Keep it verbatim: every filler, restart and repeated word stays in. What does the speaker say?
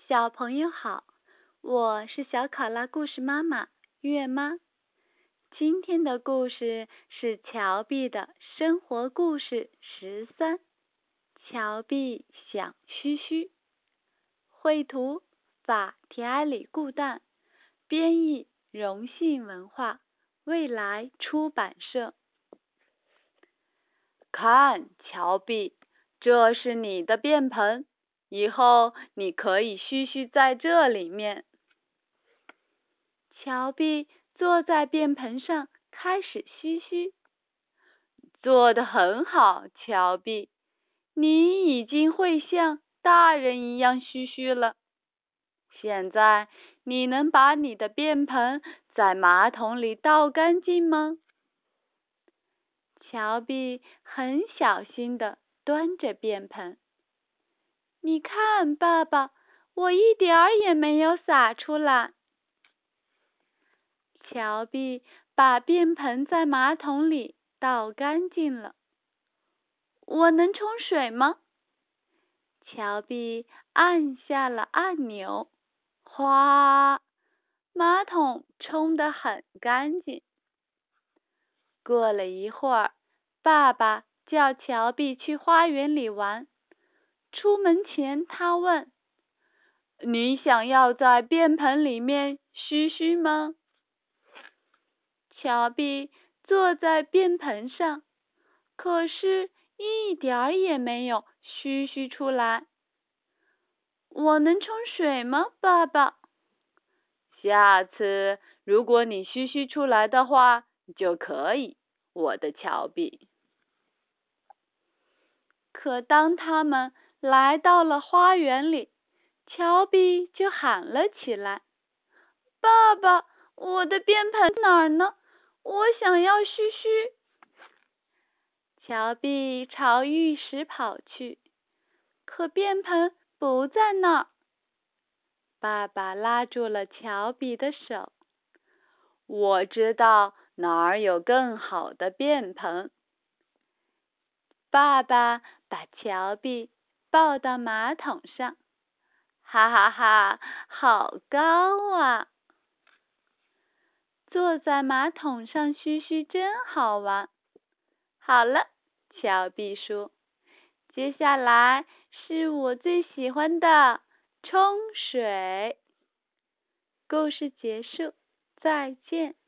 小朋友好，我是小考拉故事妈妈月妈。今天的故事是乔碧的生活故事十三。乔碧想嘘嘘，绘图法提埃里固旦，编译荣信文化，未来出版社。看，乔碧，这是你的便盆，以后你可以嘘嘘在这里面。乔碧坐在便盆上，开始嘘嘘。做得很好，乔碧，你已经会像大人一样嘘嘘了。现在你能把你的便盆在马桶里倒干净吗？乔碧很小心地端着便盆。你看，爸爸，我一点儿也没有洒出来。乔碧把便盆在马桶里倒干净了。我能冲水吗？乔碧按下了按钮，哗，马桶冲得很干净。过了一会儿，爸爸叫乔碧去花园里玩。出门前，他问：“你想要在便盆里面嘘嘘吗？”乔碧坐在便盆上，可是一点儿也没有嘘嘘出来。我能冲水吗，爸爸？下次如果你嘘嘘出来的话，就可以，我的乔碧。可当他们来到了花园里，乔碧就喊了起来：“爸爸，我的便盆哪儿呢？我想要嘘嘘。”乔碧朝浴室跑去，可便盆不在那儿。爸爸拉住了乔碧的手：“我知道哪儿有更好的便盆。”爸爸把乔碧抱到马桶上，哈哈哈，好高啊！坐在马桶上嘘嘘真好玩。好了，乔碧说，接下来是我最喜欢的冲水。故事结束，再见。